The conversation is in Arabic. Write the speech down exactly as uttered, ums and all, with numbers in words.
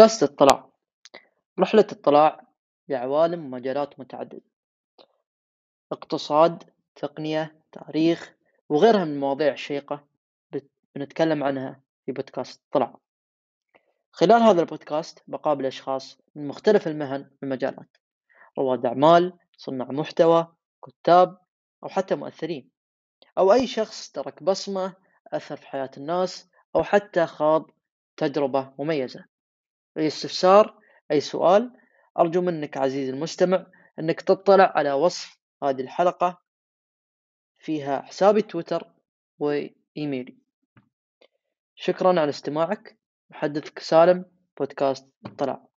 بودكاست اطلاع. رحلة اطلاع لعوالم ومجالات متعددة: اقتصاد، تقنية، تاريخ، وغيرها من المواضيع الشيقة بت- بنتكلم عنها في بودكاست اطلاع. خلال هذا البودكاست بقابل أشخاص من مختلف المهن والمجالات: رواد أعمال، صناع محتوى، كتاب، أو حتى مؤثرين، أو أي شخص ترك بصمة أثر في حياة الناس، أو حتى خاض تجربة مميزة. أي استفسار، أي سؤال، أرجو منك عزيزي المستمع أنك تطلع على وصف هذه الحلقة، فيها حسابي تويتر وإيميلي. شكرا على استماعك. محدثك سالم، بودكاست اطلاع.